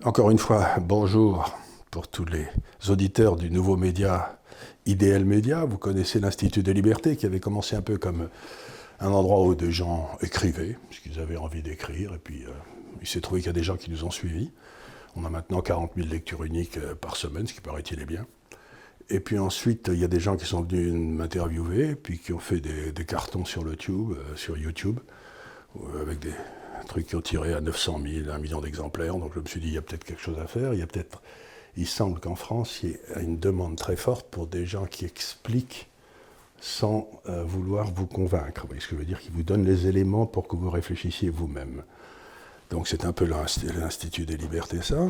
Encore une fois, bonjour pour tous les auditeurs du nouveau média IDL Média. Vous connaissez l'Institut des Libertés qui avait commencé un peu comme un endroit où des gens écrivaient, parce qu'ils avaient envie d'écrire, et puis il s'est trouvé qu'il y a des gens qui nous ont suivis. On a maintenant 40 000 lectures uniques par semaine, ce qui paraît-il est bien. Et puis ensuite, il y a des gens qui sont venus m'interviewer, puis qui ont fait des cartons sur YouTube, avec des trucs qui ont tiré à 900 000, 1 million d'exemplaires. Donc je me suis dit, il y a peut-être quelque chose à faire. Il semble qu'en France, il y a une demande très forte pour des gens qui expliquent sans vouloir vous convaincre. Vous voyez ce que je veux dire? Qui vous donnent les éléments pour que vous réfléchissiez vous-même. Donc c'est un peu l'Institut des Libertés, ça.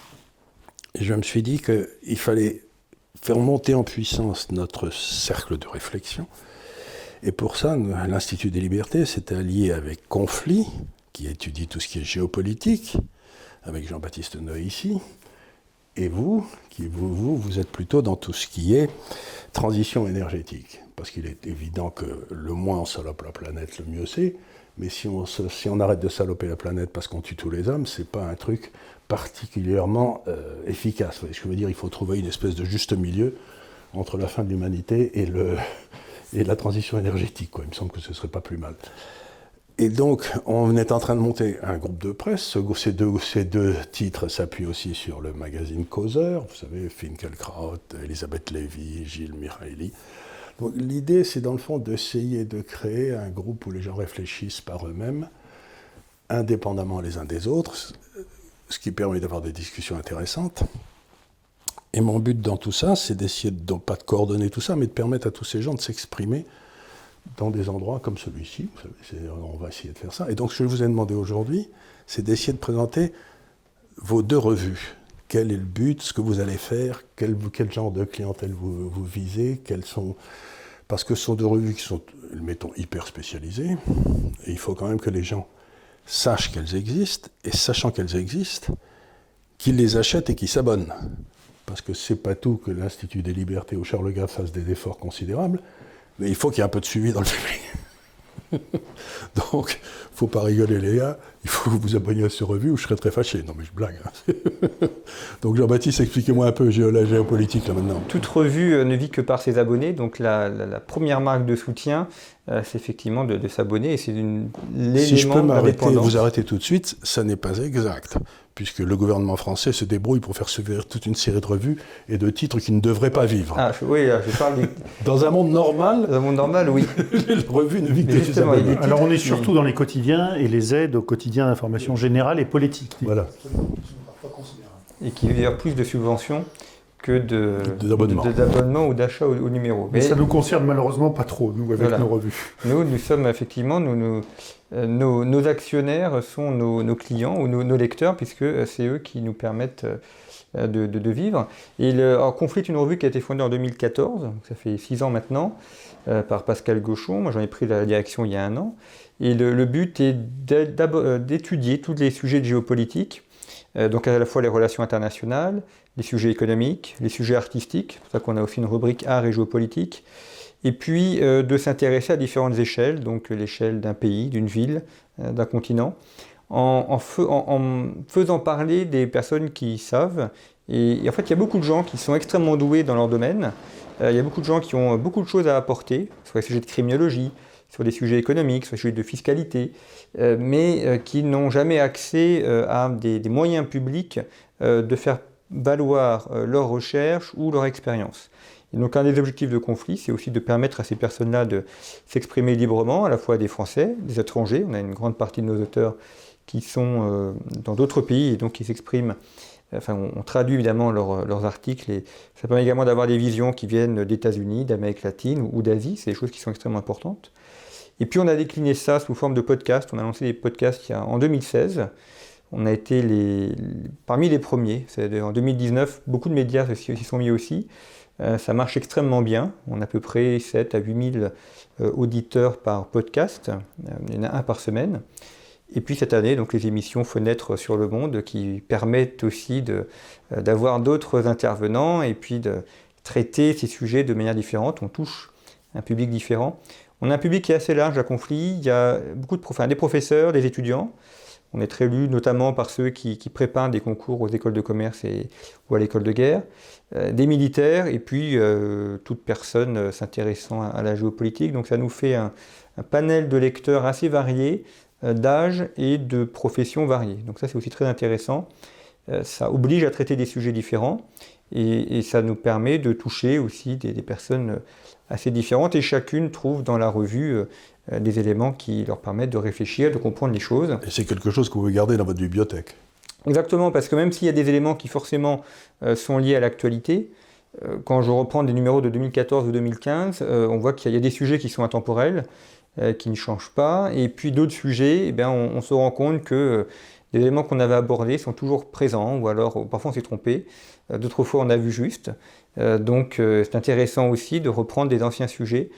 Et je me suis dit qu'il fallait faire monter en puissance notre cercle de réflexion. Et pour ça, l'Institut des Libertés s'est allié avec Conflit, qui étudie tout ce qui est géopolitique, avec Jean-Baptiste Noé ici, et vous êtes plutôt dans tout ce qui est transition énergétique. Parce qu'il est évident que le moins on salope la planète, le mieux c'est, mais si on arrête de saloper la planète parce qu'on tue tous les hommes, c'est pas un truc particulièrement efficace. Vous voyez ce que je veux dire? Il faut trouver une espèce de juste milieu entre la fin de l'humanité et la transition énergétique, quoi. Il me semble que ce serait pas plus mal. Et donc, on est en train de monter un groupe de presse. Ces deux titres s'appuient aussi sur le magazine Causeur. Vous savez, Finkielkraut, Elisabeth Lévy, Gilles Miraili. Donc, l'idée, c'est dans le fond d'essayer de créer un groupe où les gens réfléchissent par eux-mêmes, indépendamment les uns des autres, ce qui permet d'avoir des discussions intéressantes. Et mon but dans tout ça, c'est d'essayer, pas de coordonner tout ça, mais de permettre à tous ces gens de s'exprimer dans des endroits comme celui-ci. On va essayer de faire ça. Et donc, ce que je vous ai demandé aujourd'hui, c'est d'essayer de présenter vos deux revues. Quel est le but, ce que vous allez faire, quel genre de clientèle vous visez, parce que ce sont deux revues qui sont, mettons, hyper spécialisées, et il faut quand même que les gens sachent qu'elles existent, et sachant qu'elles existent, qu'ils les achètent et qu'ils s'abonnent. Parce que c'est pas tout que l'Institut des Libertés ou Charles Gave fasse des efforts considérables, mais il faut qu'il y ait un peu de suivi dans le public. Donc, il ne faut pas rigoler les gars, il faut que vous vous abonniez à ces revues ou je serais très fâché. Non mais je blague. Hein. Donc Jean-Baptiste, expliquez-moi un peu la géopolitique là maintenant. Toute revue ne vit que par ses abonnés, donc la première marque de soutien, c'est effectivement de s'abonner et c'est l'élément Si je peux d'indépendance. vous arrêter tout de suite, ça n'est pas exact, puisque le gouvernement français se débrouille pour faire subir toute une série de revues et de titres qui ne devraient pas vivre. Ah, oui, je parle des... Dans un monde normal, oui. les revues ne vivent que ses abonnés. Alors on est surtout dans les quotidiens et les aides au quotidien d'information générale et politique. Voilà. Et qui veut dire plus de subventions que d'abonnements ou d'achats au numéro. Mais ça ne nous concerne malheureusement pas trop, nous, avec nos revues. Nous sommes effectivement, nos actionnaires sont nos clients ou nos lecteurs, puisque c'est eux qui nous permettent de vivre. Et Conflit est une revue qui a été fondée en 2014, donc ça fait 6 ans maintenant, par Pascal Gauchon. Moi j'en ai pris la direction il y a 1 an. Et le but est d'étudier tous les sujets de géopolitique, donc à la fois les relations internationales, les sujets économiques, les sujets artistiques, c'est pour ça qu'on a aussi une rubrique art et géopolitique, et puis de s'intéresser à différentes échelles, donc l'échelle d'un pays, d'une ville, d'un continent, en faisant parler des personnes qui savent. Et en fait, il y a beaucoup de gens qui sont extrêmement doués dans leur domaine, il y a beaucoup de gens qui ont beaucoup de choses à apporter, sur les sujets de criminologie, sur des sujets économiques, sur des sujets de fiscalité, mais qui n'ont jamais accès à des moyens publics de faire valoir leurs recherches ou leur expérience. Et donc un des objectifs de Conflit, c'est aussi de permettre à ces personnes-là de s'exprimer librement, à la fois des Français, des étrangers. On a une grande partie de nos auteurs qui sont dans d'autres pays et donc qui s'expriment. Enfin, on traduit évidemment leurs articles et ça permet également d'avoir des visions qui viennent d'États-Unis, d'Amérique latine ou d'Asie. C'est des choses qui sont extrêmement importantes. Et puis on a décliné ça sous forme de podcasts. On a lancé des podcasts en 2016. On a été parmi les premiers. En 2019, beaucoup de médias s'y sont mis aussi. Ça marche extrêmement bien. On a à peu près 7 à 8 000 auditeurs par podcast. Il y en a un par semaine. Et puis cette année, donc les émissions Fenêtres sur le monde qui permettent aussi d'avoir d'autres intervenants et puis de traiter ces sujets de manière différente. On touche un public différent. On a un public qui est assez large à Conflit. Il y a beaucoup des professeurs, des étudiants. On est très lu notamment par ceux qui préparent des concours aux écoles de commerce ou à l'école de guerre, des militaires et puis toute personne s'intéressant à la géopolitique. Donc ça nous fait un panel de lecteurs assez variés, d'âge et de professions variées. Donc ça c'est aussi très intéressant. Ça oblige à traiter des sujets différents et ça nous permet de toucher aussi des personnes assez différentes et chacune trouve dans la revue des éléments qui leur permettent de réfléchir, de comprendre les choses. Et c'est quelque chose que vous pouvez garder dans votre bibliothèque. Exactement, parce que même s'il y a des éléments qui forcément sont liés à l'actualité, quand je reprends des numéros de 2014 ou 2015, on voit qu'il y a des sujets qui sont intemporels, qui ne changent pas, et puis d'autres sujets, eh bien, on se rend compte que les éléments qu'on avait abordés sont toujours présents, ou alors parfois on s'est trompé, d'autres fois on a vu juste. Donc c'est intéressant aussi de reprendre des anciens sujets.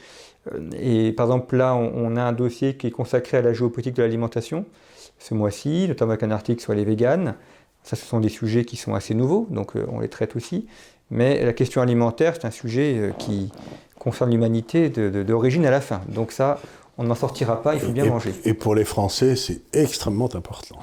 Et par exemple là, on a un dossier qui est consacré à la géopolitique de l'alimentation ce mois-ci, notamment avec un article sur les véganes. Ça, ce sont des sujets qui sont assez nouveaux, donc on les traite aussi. Mais la question alimentaire, c'est un sujet qui concerne l'humanité d'origine à la fin. Donc ça, on n'en sortira pas, il faut bien manger. Et pour les Français, c'est extrêmement important.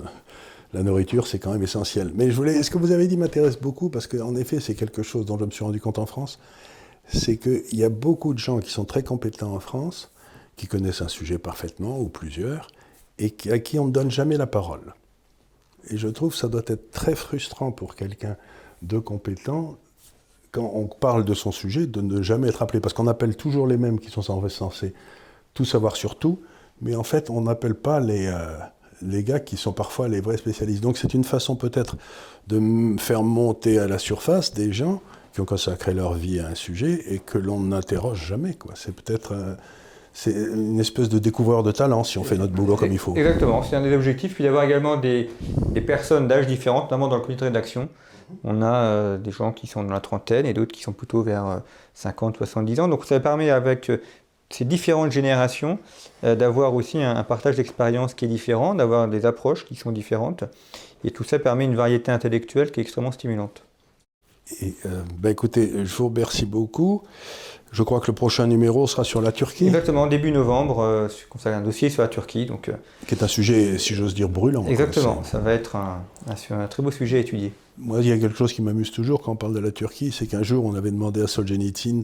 La nourriture, c'est quand même essentiel. Mais ce que vous avez dit m'intéresse beaucoup, parce qu'en effet, c'est quelque chose dont je me suis rendu compte en France, c'est qu'il y a beaucoup de gens qui sont très compétents en France, qui connaissent un sujet parfaitement, ou plusieurs, et à qui on ne donne jamais la parole. Et je trouve que ça doit être très frustrant pour quelqu'un de compétent, quand on parle de son sujet, de ne jamais être appelé. Parce qu'on appelle toujours les mêmes qui sont censés tout savoir sur tout, mais en fait, on n'appelle pas les gars qui sont parfois les vrais spécialistes. Donc c'est une façon peut-être de faire monter à la surface des gens qui ont consacré leur vie à un sujet et que l'on n'interroge jamais, quoi. C'est peut-être c'est une espèce de découvreur de talent si on fait notre boulot comme il faut. Exactement, c'est un des objectifs. Puis d'avoir également des personnes d'âge différents, notamment dans le comité de rédaction. On a des gens qui sont dans la trentaine et d'autres qui sont plutôt vers 50, 70 ans. Donc ça permet avec ces différentes générations d'avoir aussi un partage d'expérience qui est différent, d'avoir des approches qui sont différentes. Et tout ça permet une variété intellectuelle qui est extrêmement stimulante. Et, écoutez, je vous remercie beaucoup. Je crois que le prochain numéro sera sur la Turquie. Exactement, début novembre, un dossier sur la Turquie. Donc, qui est un sujet, si j'ose dire, brûlant. Exactement, ça va être un très beau sujet à étudier. Moi, il y a quelque chose qui m'amuse toujours quand on parle de la Turquie, c'est qu'un jour, on avait demandé à Solzhenitsyn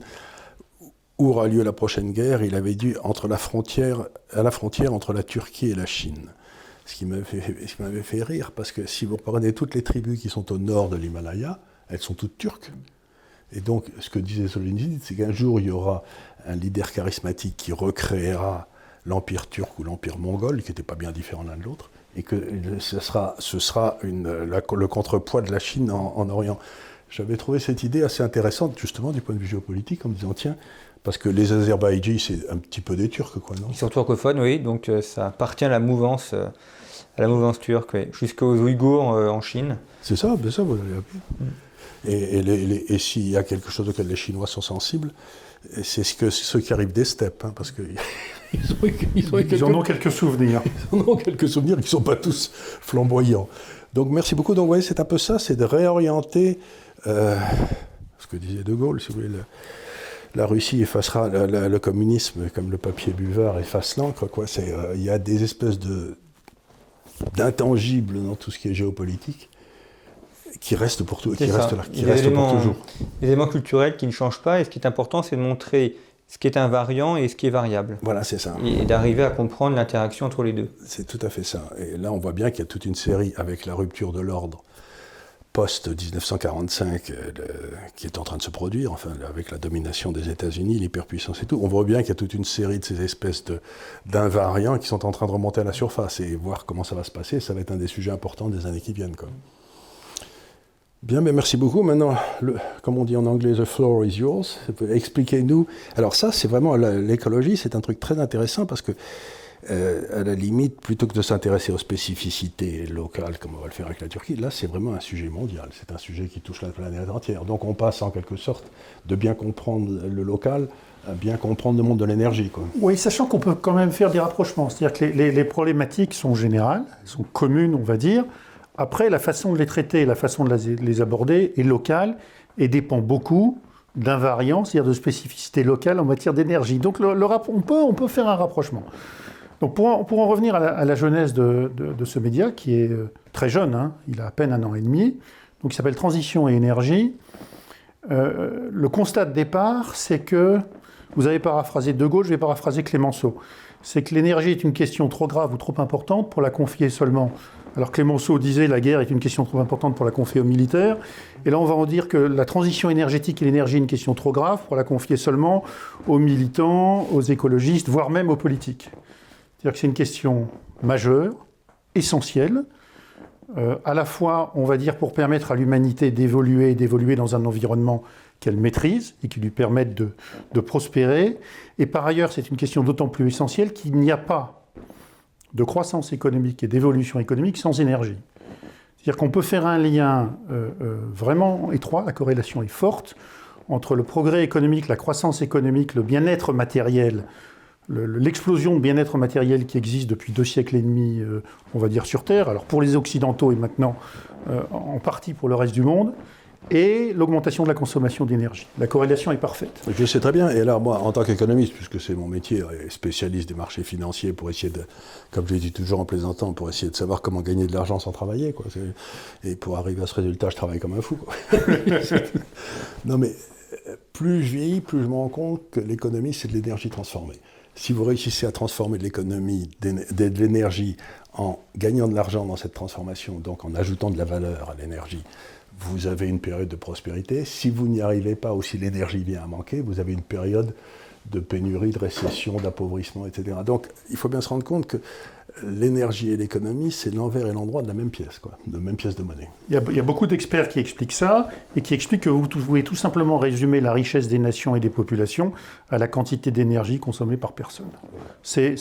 où aura lieu la prochaine guerre. Il avait dit à la frontière entre la Turquie et la Chine. Ce qui m'avait fait rire, parce que si vous prenez toutes les tribus qui sont au nord de l'Himalaya, elles sont toutes turques. Et donc, ce que disait Solzhenitsyn, c'est qu'un jour, il y aura un leader charismatique qui recréera l'empire turc ou l'empire mongol, qui n'étaient pas bien différents l'un de l'autre, et que ce sera le contrepoids de la Chine en Orient. J'avais trouvé cette idée assez intéressante, justement, du point de vue géopolitique, en me disant, tiens, parce que les Azerbaïdjis, c'est un petit peu des Turcs, quoi, non ? Ils sont turcophones, oui, donc ça appartient à la mouvance turque, oui, jusqu'aux Ouïghours en Chine. C'est ça, vous avez appris. Et s'il y a quelque chose auquel les Chinois sont sensibles, c'est ceux qui arrivent des steppes, hein, parce qu'ils en ont quelques souvenirs. Ils en ont quelques souvenirs qui ne sont pas tous flamboyants. Donc merci beaucoup. Donc vous voyez, c'est un peu ça, c'est de réorienter ce que disait De Gaulle, si vous voulez. La Russie effacera le communisme comme le papier buvard efface l'encre, quoi. Il y a des espèces d'intangibles dans tout ce qui est géopolitique qui restent pour tout, qui restent pour toujours. Les éléments culturels qui ne changent pas, et ce qui est important, c'est de montrer ce qui est invariant et ce qui est variable. Voilà, c'est ça. Et d'arriver à comprendre l'interaction entre les deux. C'est tout à fait ça. Et là, on voit bien qu'il y a toute une série, avec la rupture de l'ordre post-1945 qui est en train de se produire, enfin, avec la domination des États-Unis, l'hyperpuissance et tout, on voit bien qu'il y a toute une série de ces espèces d'invariants qui sont en train de remonter à la surface, et voir comment ça va se passer, ça va être un des sujets importants des années qui viennent, quoi. Bien, mais merci beaucoup. Maintenant, comme on dit en anglais, the floor is yours. Expliquez-nous. Alors ça, c'est vraiment, l'écologie, c'est un truc très intéressant, parce que à la limite, plutôt que de s'intéresser aux spécificités locales, comme on va le faire avec la Turquie, là, c'est vraiment un sujet mondial. C'est un sujet qui touche la planète entière. Donc, on passe en quelque sorte de bien comprendre le local à bien comprendre le monde de l'énergie, quoi. Oui, sachant qu'on peut quand même faire des rapprochements. C'est-à-dire que les problématiques sont générales, sont communes, on va dire. Après, la façon de les traiter, la façon de les aborder est locale et dépend beaucoup d'invariants, c'est-à-dire de spécificités locales en matière d'énergie. Donc, on peut faire un rapprochement. Donc pour en revenir à la genèse de ce média, qui est très jeune, hein, il a à peine 1 an et demi, donc il s'appelle Transition et énergie. Le constat de départ, c'est que, vous avez paraphrasé De Gaulle, je vais paraphraser Clémenceau, c'est que l'énergie est une question trop grave ou trop importante pour la confier seulement. Alors Clémenceau disait la guerre est une question trop importante pour la confier aux militaires, et là on va en dire que la transition énergétique et l'énergie est une question trop grave pour la confier seulement aux militants, aux écologistes, voire même aux politiques. C'est-à-dire que c'est une question majeure, essentielle, à la fois, on va dire, pour permettre à l'humanité d'évoluer dans un environnement qu'elle maîtrise et qui lui permette de prospérer. Et par ailleurs, c'est une question d'autant plus essentielle qu'il n'y a pas de croissance économique et d'évolution économique sans énergie. C'est-à-dire qu'on peut faire un lien vraiment étroit, la corrélation est forte, entre le progrès économique, la croissance économique, le bien-être matériel, l'explosion de bien-être matériel qui existe depuis 2 siècles et demi, on va dire, sur Terre, alors pour les Occidentaux et maintenant en partie pour le reste du monde, et l'augmentation de la consommation d'énergie. La corrélation est parfaite. Je sais très bien, et alors moi, en tant qu'économiste, puisque c'est mon métier, spécialiste des marchés financiers, pour essayer de, comme je l'ai dit toujours en plaisantant, pour essayer de savoir comment gagner de l'argent sans travailler, quoi. Et pour arriver à ce résultat, je travaille comme un fou, quoi. Non mais, plus je vieillis, plus je me rends compte que l'économie, c'est de l'énergie transformée. Si vous réussissez à transformer de l'économie, de l'énergie, en gagnant de l'argent dans cette transformation, donc en ajoutant de la valeur à l'énergie, vous avez une période de prospérité. Si vous n'y arrivez pas ou si l'énergie vient à manquer, vous avez une période de pénurie, de récession, d'appauvrissement, etc. Donc il faut bien se rendre compte que l'énergie et l'économie, c'est l'envers et l'endroit de la même pièce, quoi, de la même pièce de monnaie. Il y a beaucoup d'experts qui expliquent ça et qui expliquent que vous pouvez tout simplement résumer la richesse des nations et des populations à la quantité d'énergie consommée par personne. C'est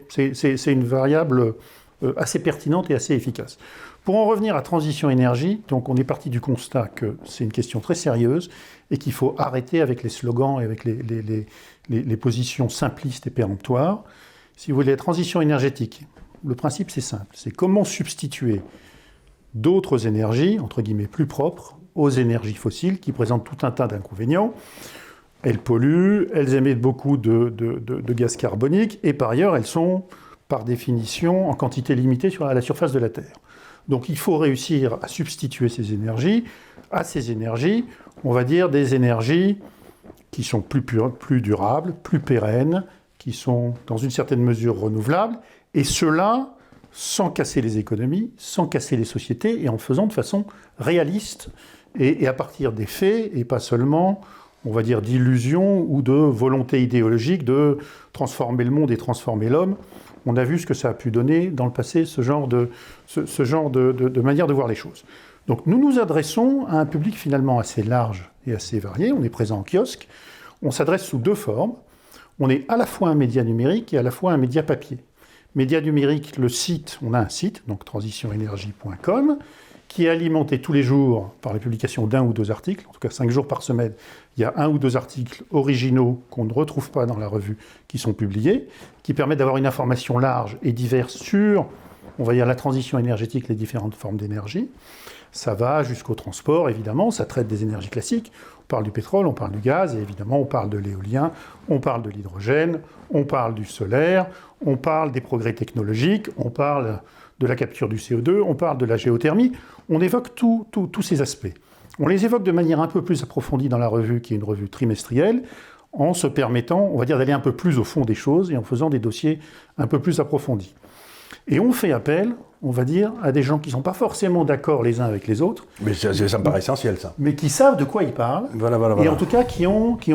une variable assez pertinente et assez efficace. Pour en revenir à transition énergie, donc on est parti du constat que c'est une question très sérieuse et qu'il faut arrêter avec les slogans et avec les positions simplistes et péremptoires. Si vous voulez, la transition énergétique, le principe c'est simple, c'est comment substituer d'autres énergies, entre guillemets plus propres, aux énergies fossiles qui présentent tout un tas d'inconvénients. Elles polluent, elles émettent beaucoup de gaz carbonique et par ailleurs elles sont par définition en quantité limitée à la surface de la Terre. Donc il faut réussir à substituer ces énergies à ces énergies, on va dire des énergies qui sont plus durables, plus pérennes, qui sont dans une certaine mesure renouvelables, et cela sans casser les économies, sans casser les sociétés, et en le faisant de façon réaliste, et à partir des faits, et pas seulement, on va dire, d'illusions ou de volonté idéologique de transformer le monde et transformer l'homme. On a vu ce que ça a pu donner dans le passé, ce genre de manière de voir les choses. Donc nous nous adressons à un public finalement assez large et assez varié. On est présent en kiosque. On s'adresse sous 2 formes. On est à la fois un média numérique et à la fois un média papier. Média numérique, le site, on a un site, donc transitionenergie.com, qui est alimenté tous les jours par la publication d'1 ou 2 articles, en tout cas 5 jours par semaine. Il y a 1 ou 2 articles originaux qu'on ne retrouve pas dans la revue qui sont publiés, qui permettent d'avoir une information large et diverse sur, on va dire, la transition énergétique, les différentes formes d'énergie. Ça va jusqu'au transport, évidemment, ça traite des énergies classiques. On parle du pétrole, on parle du gaz, et évidemment, on parle de l'éolien, on parle de l'hydrogène, on parle du solaire, on parle des progrès technologiques, on parle de la capture du CO2, on parle de la géothermie. On évoque tous ces aspects. On les évoque de manière un peu plus approfondie dans la revue, qui est une revue trimestrielle, en se permettant, on va dire, d'aller un peu plus au fond des choses et en faisant des dossiers un peu plus approfondis. Et on fait appel, on va dire, à des gens qui ne sont pas forcément d'accord les uns avec les autres. Mais ça me paraît essentiel, ça. Mais qui savent de quoi ils parlent. Voilà. Et en tout cas, qui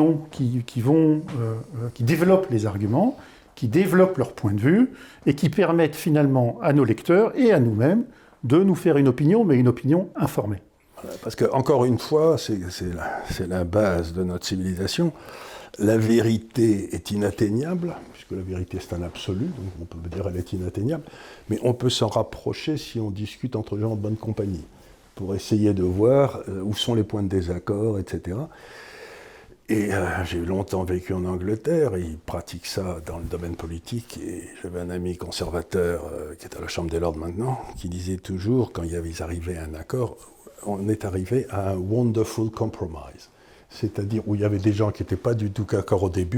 développent les arguments, qui développent leur point de vue et qui permettent finalement à nos lecteurs et à nous-mêmes de nous faire une opinion, mais une opinion informée. Parce que, encore une fois, c'est la base de notre civilisation. La vérité est inatteignable, puisque la vérité c'est un absolu, donc on peut dire qu'elle est inatteignable, mais on peut s'en rapprocher si on discute entre gens de bonne compagnie, pour essayer de voir où sont les points de désaccord, etc. Et j'ai longtemps vécu en Angleterre, et ils pratiquent ça dans le domaine politique, et j'avais un ami conservateur qui est à la Chambre des Lords maintenant, qui disait toujours, quand ils arrivaient à un accord, on est arrivé à un wonderful compromise. C'est-à-dire où il y avait des gens qui n'étaient pas du tout d'accord au début,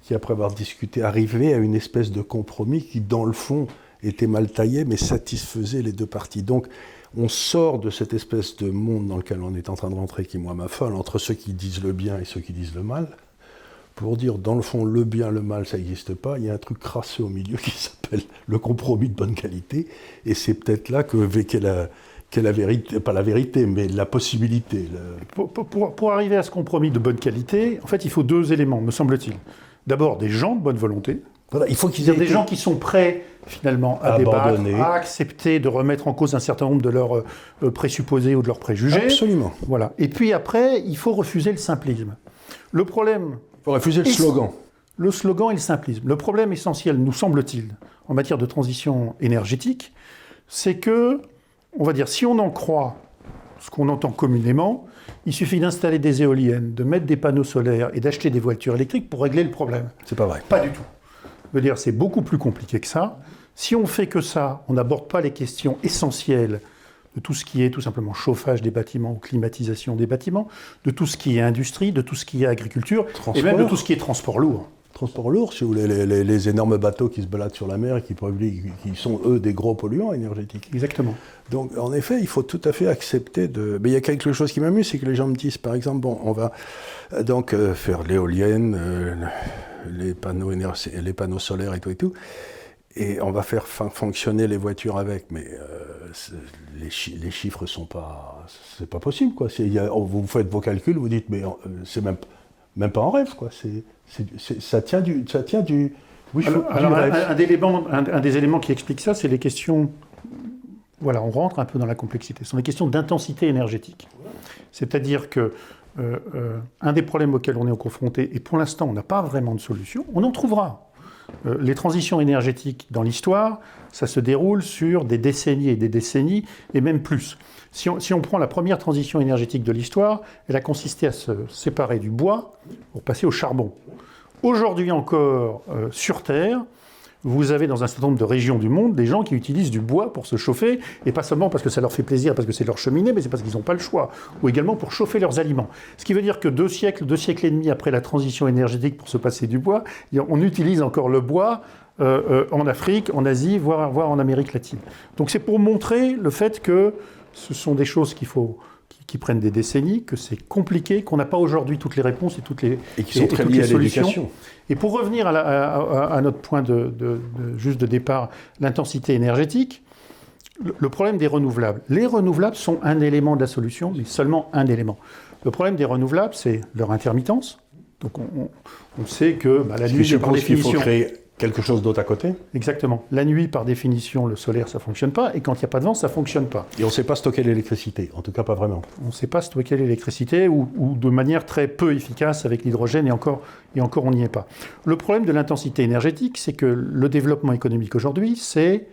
qui, après avoir discuté, arrivait à une espèce de compromis qui, dans le fond, était mal taillé, mais satisfaisait les deux parties. Donc, on sort de cette espèce de monde dans lequel on est en train de rentrer, qui, moi, m'affole, entre ceux qui disent le bien et ceux qui disent le mal, pour dire, dans le fond, le bien, le mal, ça n'existe pas. Il y a un truc crasseux au milieu qui s'appelle le compromis de bonne qualité, et c'est peut-être là qu'est la vérité, pas la vérité, mais la possibilité. Pour arriver à ce compromis de bonne qualité, en fait, il faut deux éléments, me semble-t-il. D'abord, des gens de bonne volonté. Voilà, il faut qu'ils aient des gens qui sont prêts, finalement, à débattre, à accepter de remettre en cause un certain nombre de leurs présupposés ou de leurs préjugés. Absolument. Voilà. Et puis après, il faut refuser le simplisme. Le problème... Il faut refuser le slogan. Le slogan et le simplisme. Le problème essentiel, nous semble-t-il, en matière de transition énergétique, c'est que, on va dire, si on en croit ce qu'on entend communément, il suffit d'installer des éoliennes, de mettre des panneaux solaires et d'acheter des voitures électriques pour régler le problème. C'est pas vrai. Pas du tout. Je veux dire, c'est beaucoup plus compliqué que ça. Si on fait que ça, on n'aborde pas les questions essentielles de tout ce qui est tout simplement chauffage des bâtiments ou climatisation des bâtiments, de tout ce qui est industrie, de tout ce qui est agriculture, et même de tout ce qui est transport lourd. Transport lourd, si vous voulez, les énormes bateaux qui se baladent sur la mer et qui sont, eux, des gros polluants énergétiques. Exactement. Donc, en effet, il faut tout à fait accepter de... Mais il y a quelque chose qui m'amuse, c'est que les gens me disent, par exemple, bon, on va donc faire l'éolienne, les panneaux solaires et tout, et on va faire fonctionner les voitures avec, mais les chiffres sont pas... C'est pas possible, quoi. Vous faites vos calculs, vous dites, mais c'est même pas en rêve, quoi. Ça tient du... Oui, alors un des éléments qui explique ça, c'est les questions... Voilà, on rentre un peu dans la complexité. Ce sont les questions d'intensité énergétique. C'est-à-dire que un des problèmes auxquels on est confronté, et pour l'instant on n'a pas vraiment de solution, on en trouvera. Les transitions énergétiques dans l'histoire, ça se déroule sur des décennies et des décennies, et même plus. Si on prend la première transition énergétique de l'histoire, elle a consisté à se séparer du bois pour passer au charbon. Aujourd'hui encore, sur Terre, vous avez dans un certain nombre de régions du monde des gens qui utilisent du bois pour se chauffer, et pas seulement parce que ça leur fait plaisir, parce que c'est leur cheminée, mais c'est parce qu'ils n'ont pas le choix, ou également pour chauffer leurs aliments. Ce qui veut dire que 2 siècles et demi après la transition énergétique pour se passer du bois, on utilise encore le bois en Afrique, en Asie, voire en Amérique latine. Donc c'est pour montrer le fait que ce sont des choses qui prennent des décennies, que c'est compliqué, qu'on n'a pas aujourd'hui toutes les réponses et qui sont très liées à l'éducation. Et pour revenir à notre point juste de départ, l'intensité énergétique, le problème des renouvelables. Les renouvelables sont un élément de la solution, mais seulement un élément. Le problème des renouvelables, c'est leur intermittence. Donc on sait que la nuit, par définition... Il faut créer quelque chose d'autre à côté. Exactement. La nuit, par définition, le solaire, ça ne fonctionne pas. Et quand il n'y a pas de vent, ça ne fonctionne pas. Et on ne sait pas stocker l'électricité. En tout cas, pas vraiment. On ne sait pas stocker l'électricité ou de manière très peu efficace avec l'hydrogène. Et encore, on n'y est pas. Le problème de l'intensité énergétique, c'est que le développement économique aujourd'hui, c'est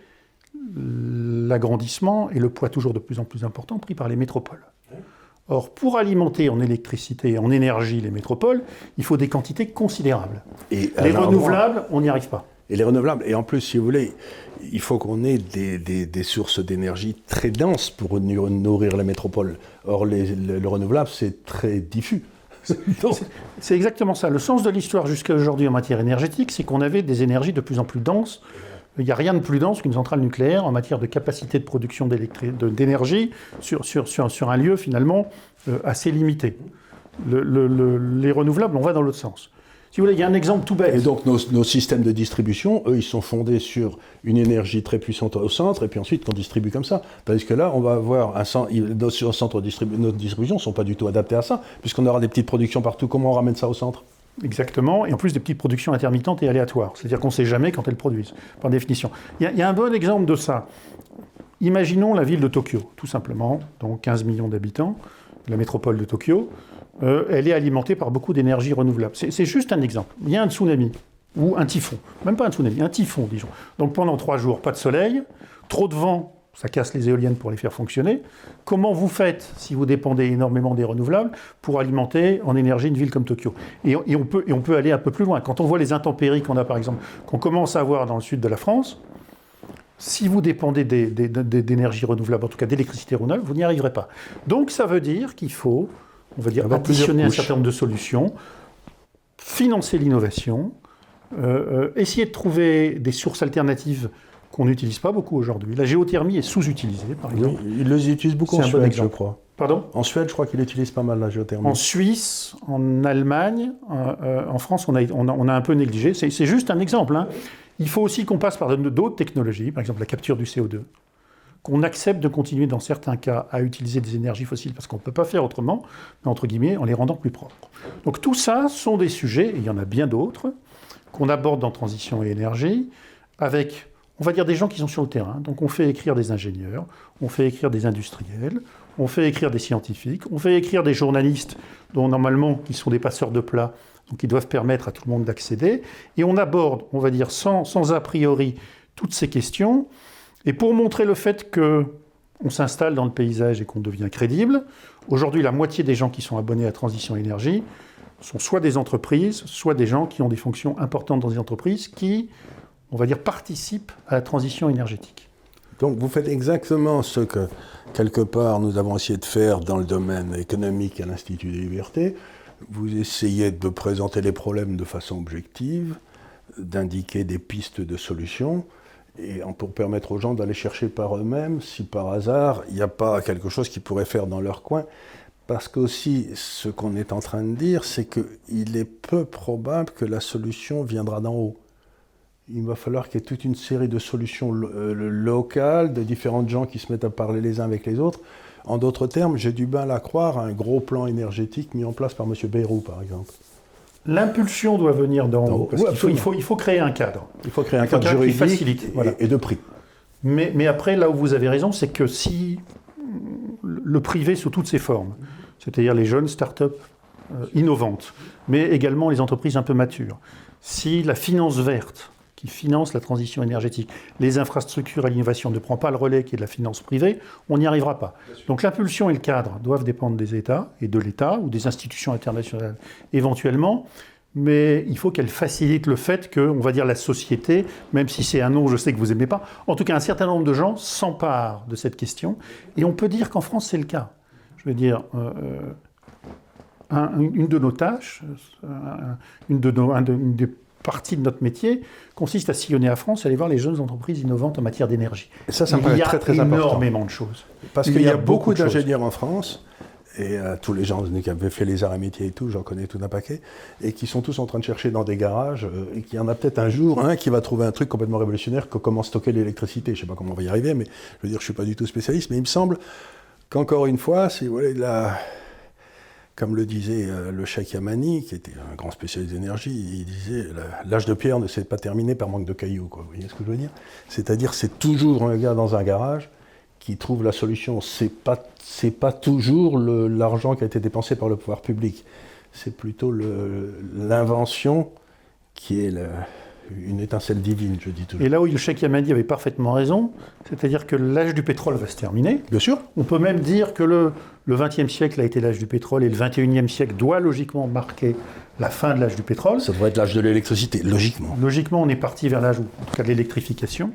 l'agrandissement et le poids toujours de plus en plus important pris par les métropoles. Or, pour alimenter en électricité et en énergie les métropoles, il faut des quantités considérables. Et les renouvelables, on n'y arrive pas. Et les renouvelables, et en plus, si vous voulez, il faut qu'on ait des sources d'énergie très denses pour nourrir les métropoles. Or, le renouvelable, c'est très diffus. C'est exactement ça. Le sens de l'histoire jusqu'à aujourd'hui en matière énergétique, c'est qu'on avait des énergies de plus en plus denses. Il n'y a rien de plus dense qu'une centrale nucléaire en matière de capacité de production d'énergie sur un lieu finalement assez limité. Les renouvelables, on va dans l'autre sens. Si vous voulez, il y a un exemple tout bête. Et donc nos systèmes de distribution, eux, ils sont fondés sur une énergie très puissante au centre, et puis ensuite qu'on distribue comme ça. Parce que là, on va avoir nos distributions ne sont pas du tout adaptées à ça, puisqu'on aura des petites productions partout. Comment on ramène ça au centre ? Exactement, et en plus des petites productions intermittentes et aléatoires. C'est-à-dire qu'on ne sait jamais quand elles produisent, par définition. Il y a un bon exemple de ça. Imaginons la ville de Tokyo, tout simplement, donc 15 millions d'habitants, la métropole de Tokyo. Elle est alimentée par beaucoup d'énergie renouvelable. C'est juste un exemple. Il y a un tsunami, ou un typhon. Même pas un tsunami, un typhon, disons. Donc pendant 3 jours, pas de soleil, trop de vent, ça casse les éoliennes pour les faire fonctionner. Comment vous faites, si vous dépendez énormément des renouvelables, pour alimenter en énergie une ville comme Tokyo ? Et on peut aller un peu plus loin. Quand on voit les intempéries qu'on a, par exemple, qu'on commence à avoir dans le sud de la France, si vous dépendez d'énergie renouvelable, en tout cas d'électricité renouvelable, vous n'y arriverez pas. Donc ça veut dire qu'il faut, on va dire, additionner un certain nombre de solutions, financer l'innovation, essayer de trouver des sources alternatives qu'on n'utilise pas beaucoup aujourd'hui. La géothermie est sous-utilisée, par exemple. Oui, ils les utilisent beaucoup en Suède, je crois. Pardon ? En Suède, je crois qu'ils utilisent pas mal la géothermie. En Suisse, en Allemagne, en France, on a un peu négligé. C'est juste un exemple. Hein. Il faut aussi qu'on passe par d'autres technologies, par exemple la capture du CO2, qu'on accepte de continuer dans certains cas à utiliser des énergies fossiles parce qu'on ne peut pas faire autrement, mais entre guillemets, en les rendant plus propres. Donc tout ça sont des sujets, et il y en a bien d'autres, qu'on aborde dans Transition et Énergie, avec, on va dire, des gens qui sont sur le terrain. Donc on fait écrire des ingénieurs, on fait écrire des industriels, on fait écrire des scientifiques, on fait écrire des journalistes, dont normalement, qui sont des passeurs de plats, donc qui doivent permettre à tout le monde d'accéder, et on aborde, on va dire, sans a priori, toutes ces questions. Et pour montrer le fait qu'on s'installe dans le paysage et qu'on devient crédible, aujourd'hui, la moitié des gens qui sont abonnés à Transition Énergie sont soit des entreprises, soit des gens qui ont des fonctions importantes dans les entreprises qui, on va dire, participent à la transition énergétique. Donc vous faites exactement ce que, quelque part, nous avons essayé de faire dans le domaine économique à l'Institut des Libertés. Vous essayez de présenter les problèmes de façon objective, d'indiquer des pistes de solutions, et pour permettre aux gens d'aller chercher par eux-mêmes, si par hasard, il n'y a pas quelque chose qu'ils pourraient faire dans leur coin. Parce qu'aussi, ce qu'on est en train de dire, c'est qu'il est peu probable que la solution viendra d'en haut. Il va falloir qu'il y ait toute une série de solutions locales, de différentes gens qui se mettent à parler les uns avec les autres. En d'autres termes, j'ai du mal à croire à un gros plan énergétique mis en place par M. Bayrou, par exemple. L'impulsion doit venir d'en haut. Parce oui, il faut créer un cadre. Il faut créer un cadre juridique qui facilite, et de prix. Mais après, là où vous avez raison, c'est que si le privé sous toutes ses formes, c'est-à-dire les jeunes start-up innovantes, mais également les entreprises un peu matures, si la finance verte, qui finance la transition énergétique, les infrastructures et l'innovation ne prend pas le relais qui est de la finance privée, on n'y arrivera pas. Donc l'impulsion et le cadre doivent dépendre des États et de l'État ou des institutions internationales éventuellement, mais il faut qu'elle facilite le fait que, on va dire, la société, même si c'est un nom, je sais que vous n'aimez pas, en tout cas un certain nombre de gens s'emparent de cette question, et on peut dire qu'en France c'est le cas. Je veux dire, une de nos tâches, une des partie de notre métier consiste à sillonner la France et aller voir les jeunes entreprises innovantes en matière d'énergie. Et ça me paraît très très important. Il y a énormément de choses. Parce qu'il y a beaucoup d'ingénieurs en France, et tous les gens qui avaient fait les arts et métiers et tout, j'en connais tout un paquet, et qui sont tous en train de chercher dans des garages, et qu'il y en a peut-être un jour un qui va trouver un truc complètement révolutionnaire, que comment stocker l'électricité. Je ne sais pas comment on va y arriver, mais je veux dire, je ne suis pas du tout spécialiste, mais il me semble qu'encore une fois, si vous voulez, comme le disait le Shakyamuni, qui était un grand spécialiste d'énergie, il disait « l'âge de pierre ne s'est pas terminé par manque de cailloux ». Vous voyez ce que je veux dire ? C'est-à-dire c'est toujours un gars dans un garage qui trouve la solution. C'est pas toujours l'argent qui a été dépensé par le pouvoir public. C'est plutôt l'invention qui est une étincelle divine, je dis toujours. Et là où le Shakyamuni avait parfaitement raison, c'est-à-dire que l'âge du pétrole va se terminer. Bien sûr. On peut même dire que le XXe siècle a été l'âge du pétrole et le XXIe siècle doit logiquement marquer la fin de l'âge du pétrole. Ça devrait être l'âge de l'électricité, logiquement. Logiquement, on est parti vers l'âge, en tout cas de l'électrification.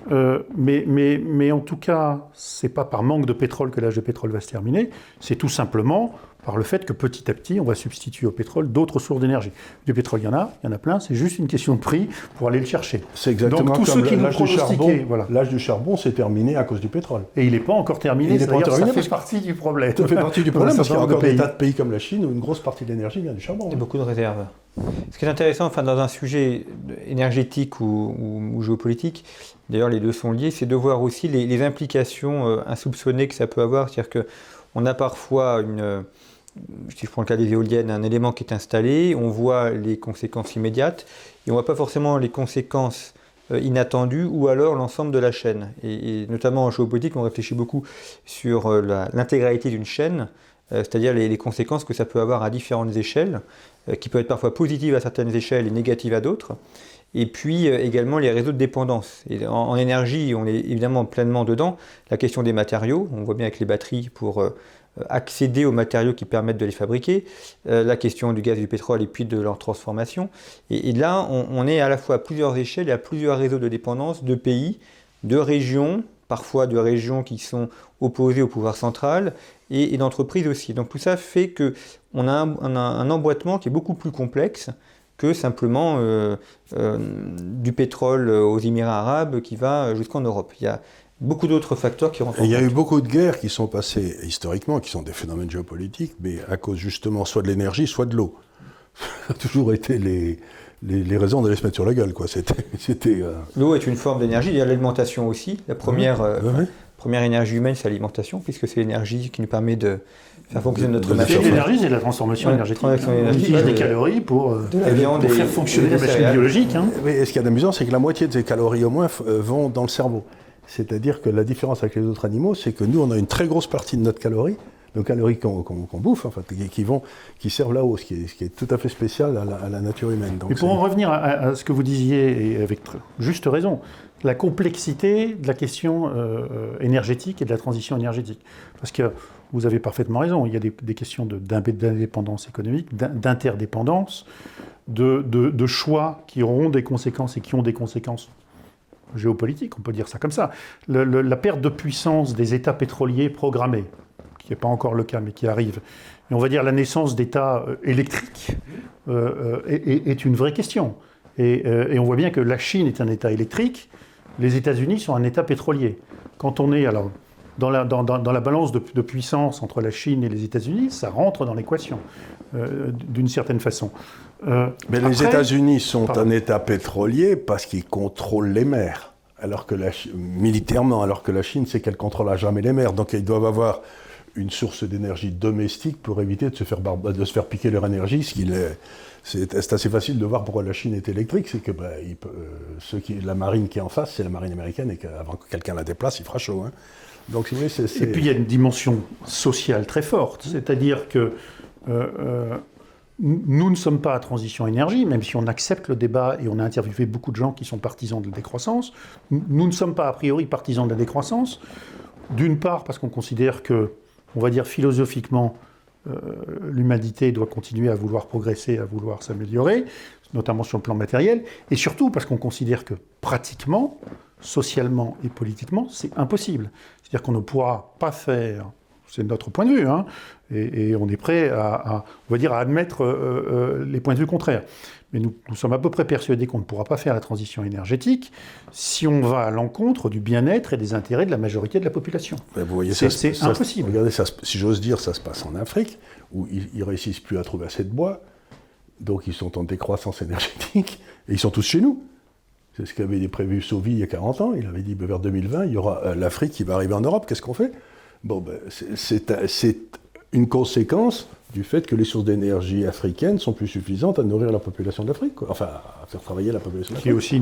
Mais en tout cas, c'est pas par manque de pétrole que l'âge de pétrole va se terminer, c'est tout simplement par le fait que petit à petit, on va substituer au pétrole d'autres sources d'énergie. Du pétrole, il y en a plein, c'est juste une question de prix pour aller le chercher. C'est exactement donc, tous comme ceux qui l'âge du charbon. Voilà. L'âge du charbon s'est terminé à cause du pétrole. Et il n'est pas encore terminé, c'est-à-dire ça fait partie du problème. Ça fait partie du problème, parce qu'il y a encore des tas de pays comme la Chine où une grosse partie de l'énergie vient du charbon. Il y a beaucoup de réserves. Ce qui est intéressant, dans un sujet énergétique ou géopolitique, d'ailleurs les deux sont liés, c'est de voir aussi les implications insoupçonnées que ça peut avoir. C'est-à-dire qu'on a parfois si je prends le cas des éoliennes, un élément qui est installé, on voit les conséquences immédiates et on ne voit pas forcément les conséquences inattendues ou alors l'ensemble de la chaîne. Et notamment en géopolitique, on réfléchit beaucoup sur l'intégralité d'une chaîne, c'est-à-dire les conséquences que ça peut avoir à différentes échelles, qui peuvent être parfois positives à certaines échelles et négatives à d'autres. Et puis également les réseaux de dépendance. Et en énergie, on est évidemment pleinement dedans. La question des matériaux, on voit bien avec les batteries pour accéder aux matériaux qui permettent de les fabriquer, la question du gaz et du pétrole et puis de leur transformation. Et là, on est à la fois à plusieurs échelles et à plusieurs réseaux de dépendance de pays, de régions, parfois de régions qui sont opposées au pouvoir central et d'entreprises aussi. Donc tout ça fait qu'on a un emboîtement qui est beaucoup plus complexe que simplement du pétrole aux Émirats arabes qui va jusqu'en Europe. Il y a beaucoup d'autres facteurs qui rentrent en compte. Il y a eu beaucoup de guerres qui sont passées historiquement, qui sont des phénomènes géopolitiques, mais à cause justement soit de l'énergie, soit de l'eau. Ça a toujours été les raisons d'aller se mettre sur la gueule, quoi. L'eau est une forme d'énergie, il y a l'alimentation aussi. La première énergie humaine, c'est l'alimentation, puisque c'est l'énergie qui nous permet de faire fonctionner notre matière. L'énergie, c'est la transformation énergétique. On utilise des calories pour faire fonctionner la machine biologique. Mais ce qu'il y a d'amusant, c'est que la moitié de ces calories au moins vont dans le cerveau. C'est-à-dire que la différence avec les autres animaux, c'est que nous, on a une très grosse partie de nos calories qu'on bouffe, enfin, qui servent là-haut, ce qui est tout à fait spécial à la nature humaine. Donc, mais pour en revenir à ce que vous disiez, et avec juste raison, la complexité de la question énergétique et de la transition énergétique. Parce que vous avez parfaitement raison, il y a des questions d'indépendance économique, d'interdépendance, de choix qui auront des conséquences et qui ont des conséquences géopolitiques, on peut dire ça comme ça. La perte de puissance des États pétroliers programmés, qui n'est pas encore le cas, mais qui arrive, et on va dire la naissance d'États électriques, est une vraie question. Et on voit bien que la Chine est un État électrique, les États-Unis sont un État pétrolier. Quand on est alors dans la balance de puissance entre la Chine et les États-Unis, ça rentre dans l'équation, d'une certaine façon. Mais les États-Unis sont un État pétrolier parce qu'ils contrôlent les mers, militairement, alors que la Chine, c'est qu'elle ne contrôlera jamais les mers. Donc ils doivent avoir une source d'énergie domestique pour éviter de se faire piquer leur énergie. C'est assez facile de voir pourquoi la Chine est électrique, c'est que la marine qui est en face, c'est la marine américaine, et qu'avant que quelqu'un la déplace, il fera chaud. Hein. Donc, et puis il y a une dimension sociale très forte, c'est-à-dire que nous ne sommes pas à transition énergie, même si on accepte le débat et on a interviewé beaucoup de gens qui sont partisans de la décroissance. Nous ne sommes pas a priori partisans de la décroissance, d'une part parce qu'on considère que, on va dire philosophiquement, l'humanité doit continuer à vouloir progresser, à vouloir s'améliorer, notamment sur le plan matériel, et surtout parce qu'on considère que pratiquement, socialement et politiquement, c'est impossible. C'est-à-dire qu'on ne pourra pas faire, c'est notre point de vue, hein, et on est prêt on va dire, à admettre les points de vue contraires. Mais nous sommes à peu près persuadés qu'on ne pourra pas faire la transition énergétique si on va à l'encontre du bien-être et des intérêts de la majorité de la population. Ben vous voyez, c'est impossible. Regardez, si j'ose dire, ça se passe en Afrique, où ils ne réussissent plus à trouver assez de bois, donc ils sont en décroissance énergétique, et ils sont tous chez nous. C'est ce qu'avait prévu Sauvy il y a 40 ans. Il avait dit vers 2020, il y aura l'Afrique qui va arriver en Europe. Qu'est-ce qu'on fait ? Bon, c'est une conséquence du fait que les sources d'énergie africaines sont plus suffisantes à nourrir la population de l'Afrique, quoi. Enfin, à faire travailler la population de l'Afrique. Qui est aussi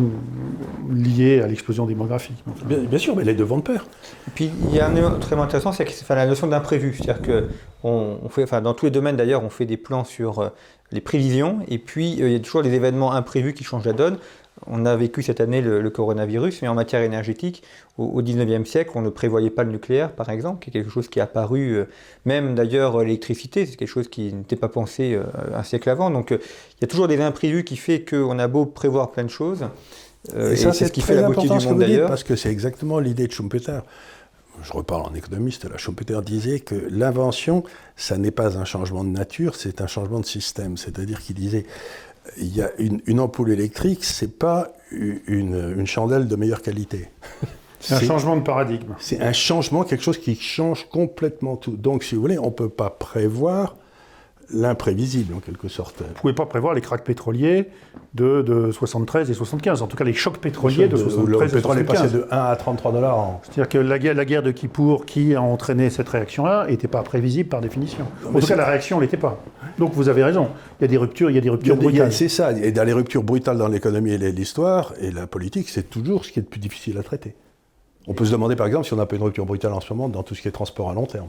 lié à l'explosion démographique. Bien sûr, mais les deux vont de pair. Et puis, il y a un élément très intéressant, c'est la notion d'imprévu. C'est-à-dire que dans tous les domaines d'ailleurs, on fait des plans sur les prévisions, et puis il y a toujours des événements imprévus qui changent la donne. On a vécu cette année le coronavirus, mais en matière énergétique, au 19e siècle, on ne prévoyait pas le nucléaire, par exemple, qui est quelque chose qui est apparu, même d'ailleurs l'électricité, c'est quelque chose qui n'était pas pensé un siècle avant. Donc il y a toujours des imprévus qui fait qu'on a beau prévoir plein de choses, et ça, c'est ce qui fait la beauté du monde d'ailleurs. Parce que c'est exactement l'idée de Schumpeter. Je reparle en économiste, là, Schumpeter disait que l'invention, ça n'est pas un changement de nature, c'est un changement de système. C'est-à-dire qu'il disait, il y a une ampoule électrique, c'est pas une chandelle de meilleure qualité. C'est un changement de paradigme. C'est un changement, quelque chose qui change complètement tout. Donc, si vous voulez, on ne peut pas prévoir l'imprévisible, en quelque sorte. Vous ne pouvez pas prévoir les cracks pétroliers de 73 et 75, en tout cas les chocs pétroliers de 73 et 75. Le pétrole est passé de 1 à 33 $. C'est-à-dire que la guerre de Kippour, qui a entraîné cette réaction-là, n'était pas prévisible par définition. En tout cas, la réaction ne l'était pas. Donc vous avez raison, il y a des ruptures brutales. C'est ça, et dans les ruptures brutales dans l'économie et l'histoire, et la politique, c'est toujours ce qui est le plus difficile à traiter. On peut se demander par exemple si on n'a pas une rupture brutale en ce moment dans tout ce qui est transport à long terme.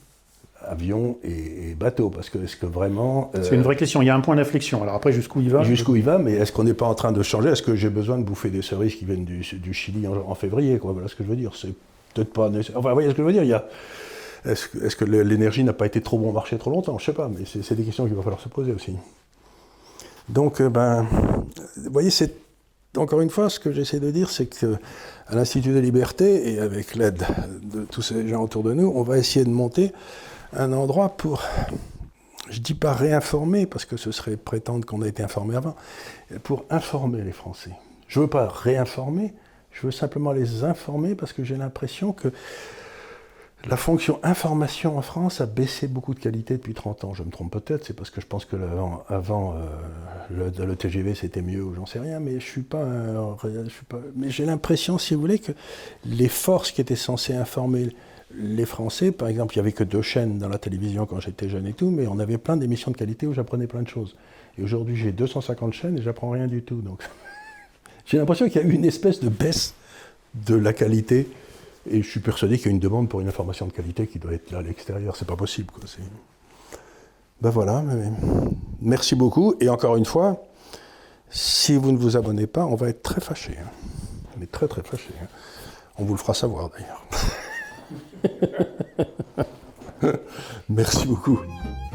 Avion et bateau, parce que est-ce que vraiment... C'est une vraie question, il y a un point d'inflexion. Alors après, jusqu'où il va ? Jusqu'où il va, mais est-ce qu'on n'est pas en train de changer ? Est-ce que j'ai besoin de bouffer des cerises qui viennent du Chili en février, quoi ? Voilà ce que je veux dire. C'est peut-être pas nécessaire. Enfin, vous voyez ce que je veux dire. Est-ce que l'énergie n'a pas été trop bon marché trop longtemps ? Je ne sais pas, mais c'est des questions qu'il va falloir se poser aussi. Donc, vous voyez, c'est encore une fois, ce que j'essaie de dire, c'est qu'à l'Institut de Liberté, et avec l'aide de tous ces gens autour de nous, on va essayer de monter un endroit pour je ne dis pas réinformer, parce que ce serait prétendre qu'on a été informé avant, pour informer les Français. Je ne veux pas réinformer, je veux simplement les informer, parce que j'ai l'impression que la fonction information en France a baissé beaucoup de qualité depuis 30 ans. Je me trompe peut-être, c'est parce que je pense que le TGV c'était mieux ou j'en sais rien, mais mais j'ai l'impression, si vous voulez, que les forces qui étaient censées informer les Français, par exemple, il n'y avait que 2 chaînes dans la télévision quand j'étais jeune et tout, mais on avait plein d'émissions de qualité où j'apprenais plein de choses. Et aujourd'hui, j'ai 250 chaînes et j'apprends rien du tout. Donc, j'ai l'impression qu'il y a eu une espèce de baisse de la qualité. Et je suis persuadé qu'il y a une demande pour une information de qualité qui doit être là à l'extérieur. C'est pas possible, quoi. Ben voilà. Merci beaucoup. Et encore une fois, si vous ne vous abonnez pas, on va être très fâchés. Hein. Mais très très fâchés. Hein. On vous le fera savoir d'ailleurs. Merci beaucoup.